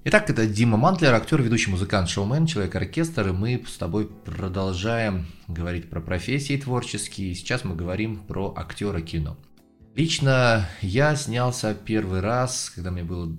Итак, это Дима Мантлер, актер, ведущий музыкант, шоумен, человек-оркестр, и мы с тобой продолжаем говорить про профессии творческие. Сейчас мы говорим про актера кино. Лично я снялся первый раз, когда мне было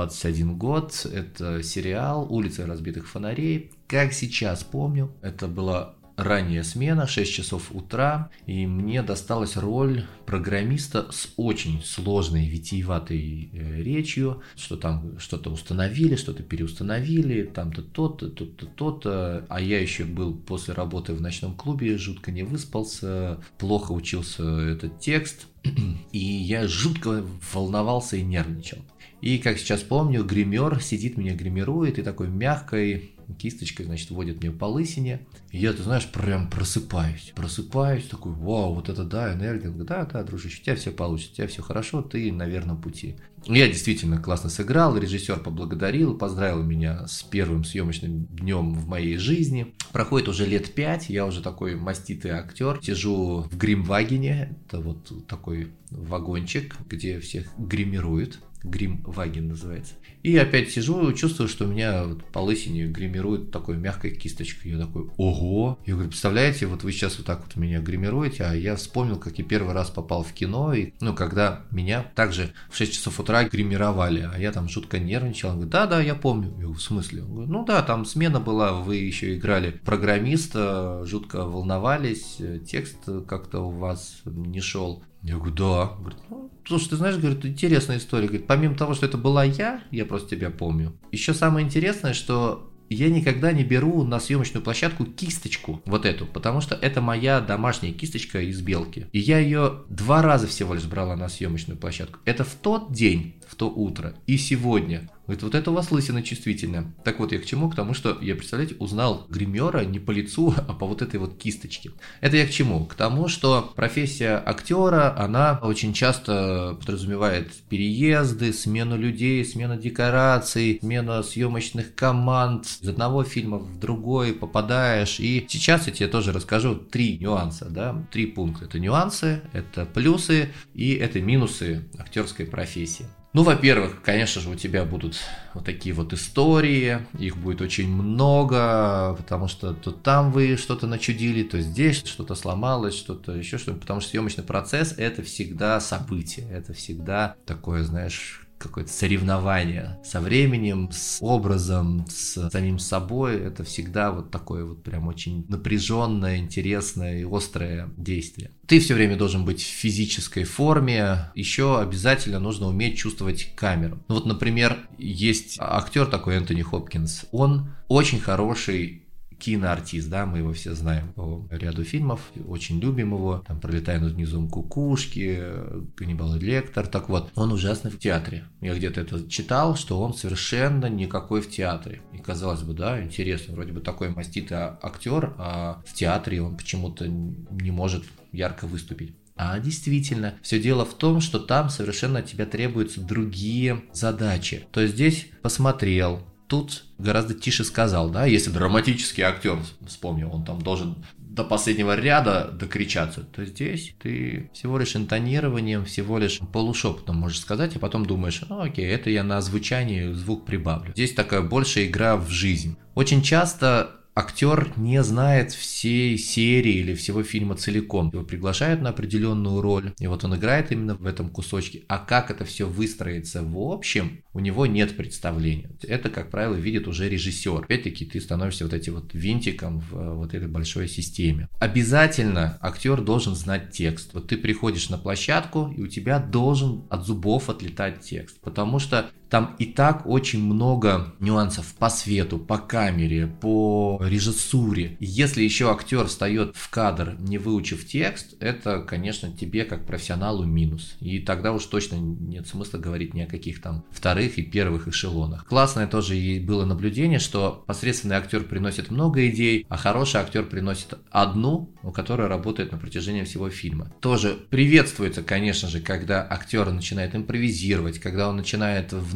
21 год. Это сериал «Улица разбитых фонарей». Как сейчас помню, это была ранняя смена, 6 часов утра, и мне досталась роль программиста с очень сложной, витиеватой речью, что там что-то установили, что-то переустановили, там-то то-то, тут-то то-то, а я еще был после работы в ночном клубе, жутко не выспался, плохо учился этот текст, и я жутко волновался и нервничал. И, как сейчас помню, гример сидит, меня гримирует, и такой мягкой кисточкой, значит, вводит мне по лысине. И я, ты знаешь, прям просыпаюсь, такой, вау, вот это да, энергия. Да, дружище, у тебя все получится, у тебя все хорошо, ты на верном пути. Я действительно классно сыграл, режиссер поблагодарил, поздравил меня с первым съемочным днем в моей жизни. Проходит уже лет 5, я уже такой маститый актер, сижу в гримвагене, это вот такой вагончик, где всех гримируют. Гримваген называется. И опять сижу, чувствую, что меня по лысине гримируют такой мягкой кисточкой. Я такой, ого! Я говорю, представляете, вот вы сейчас вот так вот меня гримируете, а я вспомнил, как я первый раз попал в кино, и, когда меня также в 6 часов утра гримировали, а я там жутко нервничал. Он говорит, да, я помню. Я говорю, в смысле? Он говорит, да, там смена была, вы еще играли программиста, жутко волновались, текст как-то у вас не шел. Я говорю, да. Говорит, слушай, ты знаешь, говорит, интересная история. Говорит, помимо того, что это была я просто тебя помню. Еще самое интересное, что я никогда не беру на съемочную площадку кисточку вот эту, потому что это моя домашняя кисточка из белки. И я ее 2 раза всего лишь брала на съемочную площадку. Это в тот день, в то утро и сегодня. Говорит, вот это у вас лысина чувствительная. Так вот, я к чему? К тому, что я, представляете, узнал гримера не по лицу, а по вот этой вот кисточке. Это я к чему? К тому, что профессия актера, она очень часто подразумевает переезды, смену людей, смену декораций, смену съемочных команд. Из одного фильма в другой попадаешь. И сейчас я тебе тоже расскажу 3 нюанса, 3 пункта. Это нюансы, это плюсы и это минусы актерской профессии. Во-первых, конечно же, у тебя будут вот такие вот истории, их будет очень много, потому что то там вы что-то начудили, то здесь что-то сломалось, что-то еще что-то, потому что съемочный процесс – это всегда событие, это всегда такое, знаешь, какое-то соревнование со временем, с образом, с самим собой. Это всегда вот такое вот прям очень напряженное, интересное и острое действие. Ты все время должен быть в физической форме. Еще обязательно нужно уметь чувствовать камеру. Например, есть актер такой Энтони Хопкинс. Он очень хороший киноартист, мы его все знаем по ряду фильмов, очень любим его, там «Пролетая над гнездом кукушки», «Ганнибал Лектор». Так вот, он ужасно в театре. Я где-то это читал, что он совершенно никакой в театре. И казалось бы, интересно, вроде бы такой маститый актер, а в театре он почему-то не может ярко выступить. А действительно, все дело в том, что там совершенно от тебя требуются другие задачи. То есть здесь посмотрел, тут гораздо тише сказал, если драматический актер, вспомнил, он там должен до последнего ряда докричаться, то здесь ты всего лишь интонированием, всего лишь полушепотом можешь сказать, а потом думаешь, окей, это я на звучании звук прибавлю. Здесь такая большая игра в жизнь. Очень часто актер не знает всей серии или всего фильма целиком. Его приглашают на определенную роль, и вот он играет именно в этом кусочке. А как это все выстроится в общем, у него нет представления. Это, как правило, видит уже режиссер. Опять-таки, ты становишься вот этим вот винтиком в вот этой большой системе. Обязательно актер должен знать текст. Вот ты приходишь на площадку, и у тебя должен от зубов отлетать текст. Потому что там и так очень много нюансов по свету, по камере, по режиссуре. И если еще актер встает в кадр, не выучив текст, это, конечно, тебе как профессионалу минус. И тогда уж точно нет смысла говорить ни о каких там вторых и первых эшелонах. Классное тоже было наблюдение, что посредственный актер приносит много идей, а хороший актер приносит одну, которая работает на протяжении всего фильма. Тоже приветствуется, конечно же, когда актер начинает импровизировать, когда он начинает вносить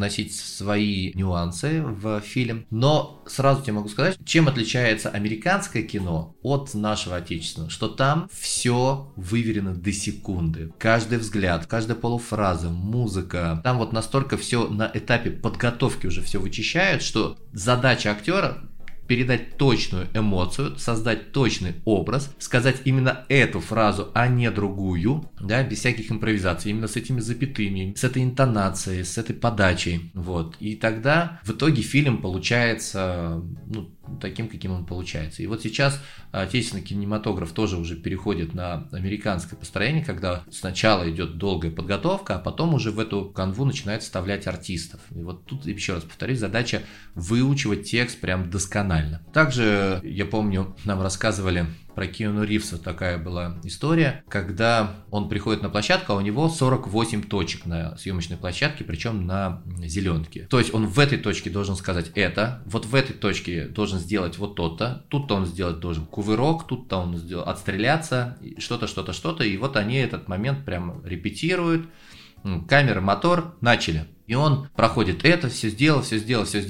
вносить свои нюансы в фильм, но сразу тебе могу сказать, чем отличается американское кино от нашего отечественного, что там все выверено до секунды. Каждый взгляд, каждая полуфраза, музыка, там вот настолько все на этапе подготовки уже все вычищают, что задача актера передать точную эмоцию, создать точный образ, сказать именно эту фразу, а не другую, да, без всяких импровизаций, именно с этими запятыми, с этой интонацией, с этой подачей, вот. И тогда в итоге фильм получается, таким, каким он получается. И вот сейчас отечественный кинематограф тоже уже переходит на американское построение, когда сначала идет долгая подготовка, а потом уже в эту канву начинают вставлять артистов. И вот тут, еще раз повторюсь, задача выучивать текст прям досконально. Также, я помню, нам рассказывали про Киану Ривза, такая была история, когда он приходит на площадку, а у него 48 точек на съемочной площадке, причем на зеленке. То есть он в этой точке должен сказать это, вот в этой точке должен сделать вот то-то, тут-то он сделать должен кувырок, тут-то он сделал отстреляться, что-то, и вот они этот момент прям репетируют. Камера, мотор, начали. И он проходит это, все сделал, все,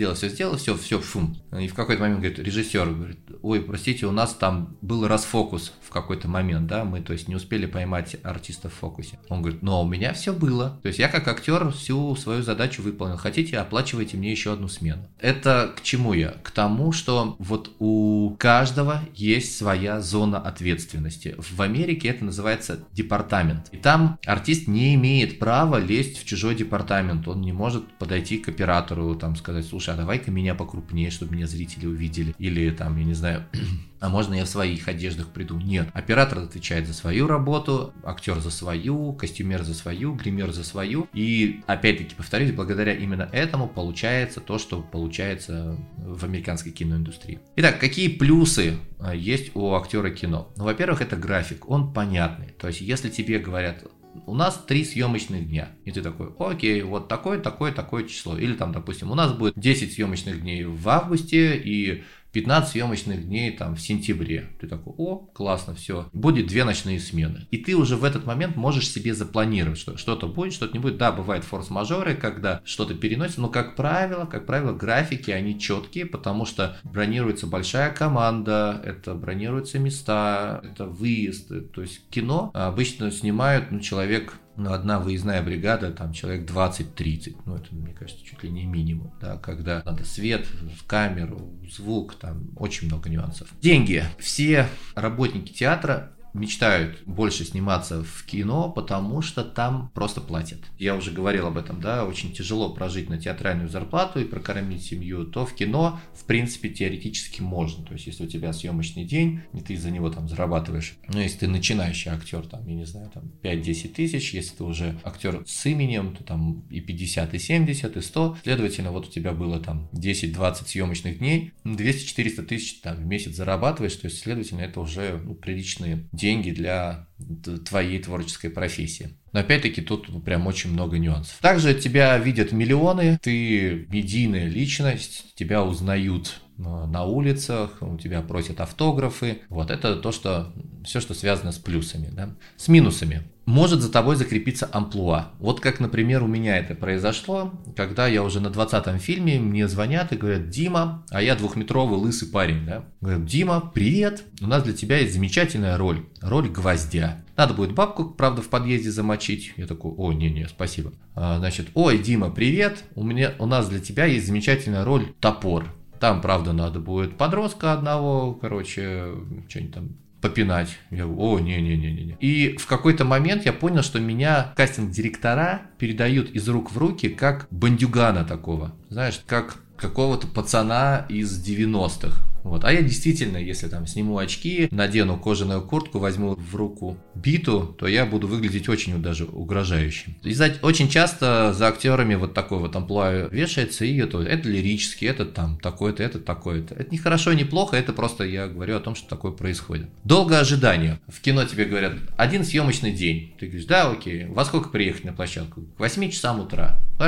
фум. И в какой-то момент говорит, режиссер говорит, ой, простите, у нас там был расфокус в какой-то момент, да, мы, то есть, не успели поймать артиста в фокусе. Он говорит, у меня все было. То есть, я как актер всю свою задачу выполнил. Хотите, оплачивайте мне еще одну смену. Это к чему я? К тому, что вот у каждого есть своя зона ответственности. В Америке это называется департамент. И там артист не имеет права лезть в чужой департамент. Он не может подойти к оператору, там, сказать, слушай, а давай-ка меня покрупнее, чтобы меня зрители увидели. Или там, я не знаю, а можно я в своих одеждах приду? Нет. Оператор отвечает за свою работу, актер за свою, костюмер за свою, гример за свою. И, опять-таки, повторюсь, благодаря именно этому получается то, что получается в американской киноиндустрии. Итак, какие плюсы есть у актера кино? Ну, во-первых, это график, он понятный. То есть, если тебе говорят, у нас 3 съемочных дня. И ты такой, окей, вот такое число. Или там, допустим, у нас будет 10 съемочных дней в августе и 15 съемочных дней там в сентябре. Ты такой, классно, все. Будет 2 ночные смены. И ты уже в этот момент можешь себе запланировать, что что-то будет, что-то не будет. Да, бывают форс-мажоры, когда что-то переносится, но как правило, графики, они четкие, потому что бронируется большая команда, это бронируются места, это выезд. То есть кино обычно снимают, человек, одна выездная бригада, там человек 20-30, это, мне кажется, чуть ли не минимум, да, когда надо свет, камеру, звук, там очень много нюансов. Деньги. Все работники театра мечтают больше сниматься в кино, потому что там просто платят. Я уже говорил об этом, да, очень тяжело прожить на театральную зарплату и прокормить семью, то в кино, в принципе, теоретически можно. То есть, если у тебя съемочный день, и ты за него там зарабатываешь, если ты начинающий актер, там, я не знаю, там 5-10 тысяч, если ты уже актер с именем, то там и 50, и 70, и 100. Следовательно, вот у тебя было там 10-20 съемочных дней, 200-400 тысяч там в месяц зарабатываешь, то есть, следовательно, это уже приличные деньги для твоей творческой профессии. Но опять-таки тут прям очень много нюансов. Также тебя видят миллионы, ты медийная личность, тебя узнают на улицах, у тебя просят автографы. Вот это то, что все, что связано с плюсами, да? С минусами. Может за тобой закрепиться амплуа. Вот как, например, у меня это произошло, когда я уже на 20-м фильме, мне звонят и говорят, Дима, а я 2-метровый лысый парень, да? Говорят, Дима, привет, у нас для тебя есть замечательная роль гвоздя. Надо будет бабку, правда, в подъезде замочить. Я такой, не, спасибо. Значит, ой, Дима, привет, у нас для тебя есть замечательная роль топор. Там, правда, надо будет подростка одного, что-нибудь там попинать. Я говорю, не. И в какой-то момент я понял, что меня кастинг-директора передают из рук в руки как бандюгана такого. Знаешь, как какого-то пацана из 90-х. Вот. А я действительно, если там сниму очки, надену кожаную куртку, возьму в руку биту, то я буду выглядеть очень даже угрожающим. И очень часто за актерами вот такой вот амплуа вешается, и это лирический, это там такое-то, это такое-то. Это не хорошо, не плохо, это просто я говорю о том, что такое происходит. Долгое ожидание. В кино тебе говорят, 1 съемочный день. Ты говоришь, да, окей. Во сколько приехать на площадку? К 8 часам утра. Хорошо.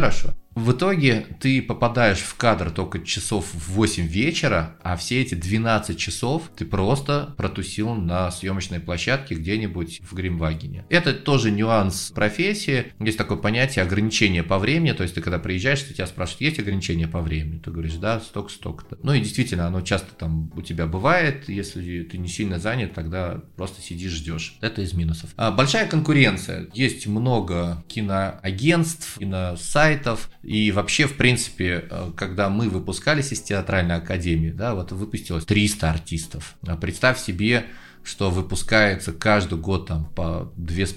В итоге ты попадаешь в кадр только часов в 8 вечера, а все эти 12 часов ты просто протусил на съемочной площадке где-нибудь в Гримвагене. Это тоже нюанс профессии. Есть такое понятие ограничения по времени. То есть ты когда приезжаешь, тебя спрашивают, есть ограничения по времени? Ты говоришь, да, столько-то. Ну и действительно, оно часто там у тебя бывает. Если ты не сильно занят, тогда просто сидишь, ждешь. Это из минусов. Большая конкуренция. Есть много киноагентств, киносайтов. И вообще, в принципе, когда мы выпускались из театральной академии, да, вот выпустилось 300 артистов. Представь себе, что выпускается каждый год там по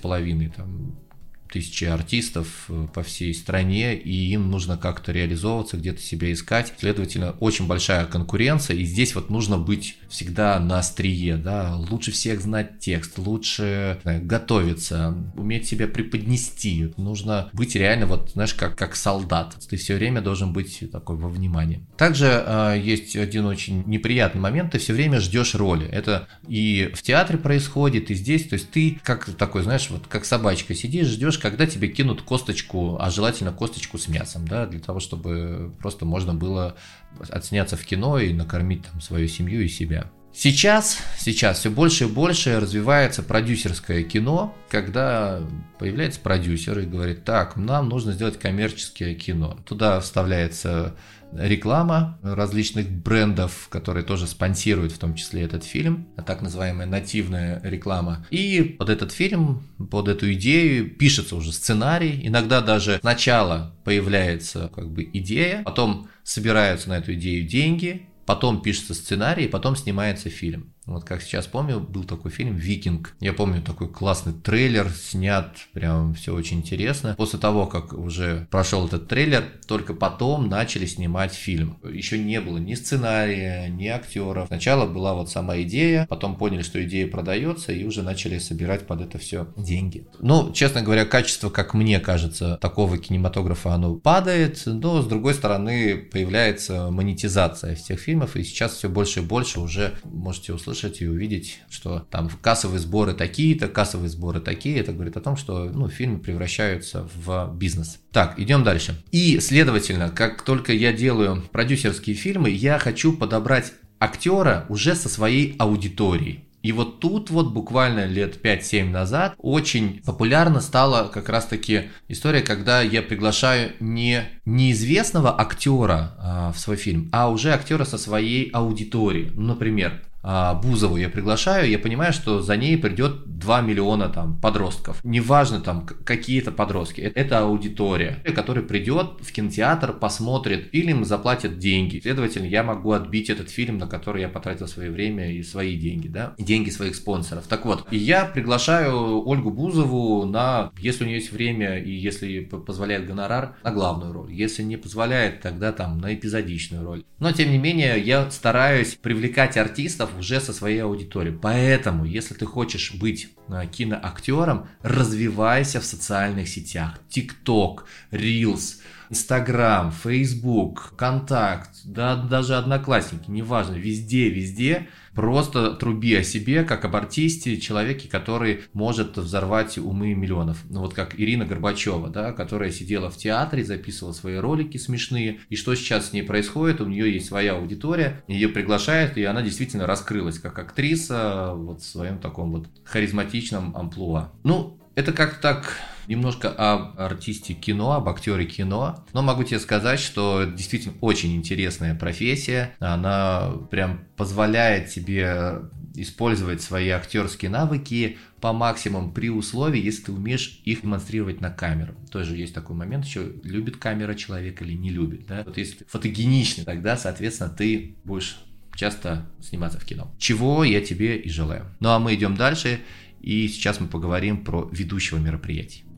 2500 тысячи артистов по всей стране, и им нужно как-то реализовываться, где-то себя искать. Следовательно, очень большая конкуренция, и здесь вот нужно быть всегда на острие, да, лучше всех знать текст, лучше готовиться, уметь себя преподнести. Нужно быть реально, вот, знаешь, как солдат. Ты все время должен быть такой во внимании. Также есть один очень неприятный момент, ты все время ждешь роли. Это и в театре происходит, и здесь, то есть ты как такой, знаешь, вот как собачка сидишь, ждешь, когда тебе кинут косточку, а желательно косточку с мясом, да, для того, чтобы просто можно было отсняться в кино и накормить там свою семью и себя. Сейчас все больше и больше развивается продюсерское кино, когда появляется продюсер и говорит, так, нам нужно сделать коммерческое кино. Туда вставляется реклама различных брендов, которые тоже спонсируют в том числе этот фильм, так называемая нативная реклама. И под этот фильм, под эту идею пишется уже сценарий. Иногда даже сначала появляется как бы идея, потом собираются на эту идею деньги, потом пишется сценарий, потом снимается фильм. Вот как сейчас помню, был такой фильм «Викинг». Я помню такой классный трейлер, снят, прям все очень интересно. После того, как уже прошел этот трейлер, только потом начали снимать фильм. Еще не было ни сценария, ни актеров. Сначала была вот сама идея, потом поняли, что идея продается, и уже начали собирать под это все деньги. Ну, честно говоря, качество, как мне кажется, такого кинематографа, оно падает, но с другой стороны появляется монетизация всех фильмов, и сейчас все больше и больше уже можете услышать и увидеть, что там кассовые сборы такие-то, кассовые сборы такие. Это говорит о том, что фильмы превращаются в бизнес. Так, идем дальше. И, следовательно, как только я делаю продюсерские фильмы, я хочу подобрать актера уже со своей аудиторией. И вот тут вот буквально лет 5-7 назад очень популярна стала как раз-таки история, когда я приглашаю не неизвестного актера в свой фильм, а уже актера со своей аудиторией. Например, Бузову я приглашаю, я понимаю, что за ней придет 2 миллиона там подростков. Неважно там какие-то подростки, это аудитория, которая придет в кинотеатр, посмотрит фильм, заплатит деньги. Следовательно, я могу отбить этот фильм, на который я потратил свое время и свои деньги, да, и деньги своих спонсоров. Так вот, и я приглашаю Ольгу Бузову на, если у нее есть время и если позволяет гонорар, на главную роль. Если не позволяет, тогда там на эпизодичную роль. Но тем не менее, я стараюсь привлекать артистов уже со своей аудиторией. Поэтому, если ты хочешь быть киноактером, развивайся в социальных сетях. TikTok, Reels, Instagram, Facebook, ВКонтакт, да, даже Одноклассники, неважно, везде просто труби о себе, как об артисте, человеке, который может взорвать умы миллионов. Ну вот как Ирина Горбачева, да, которая сидела в театре, записывала свои ролики смешные, и что сейчас с ней происходит, у нее есть своя аудитория, ее приглашают, и она действительно раскрылась как актриса вот в своем таком вот харизматичном амплуа. Ну, это как-то так немножко об артисте кино, об актере кино. Но могу тебе сказать, что это действительно очень интересная профессия. Она прям позволяет тебе использовать свои актерские навыки по максимуму при условии, если ты умеешь их демонстрировать на камеру. Тоже есть такой момент еще, любит камера человека или не любит. Да? Вот если ты фотогеничный, тогда, соответственно, ты будешь часто сниматься в кино. Чего я тебе и желаю. Ну а мы идем дальше. И сейчас мы поговорим про ведущего мероприятий.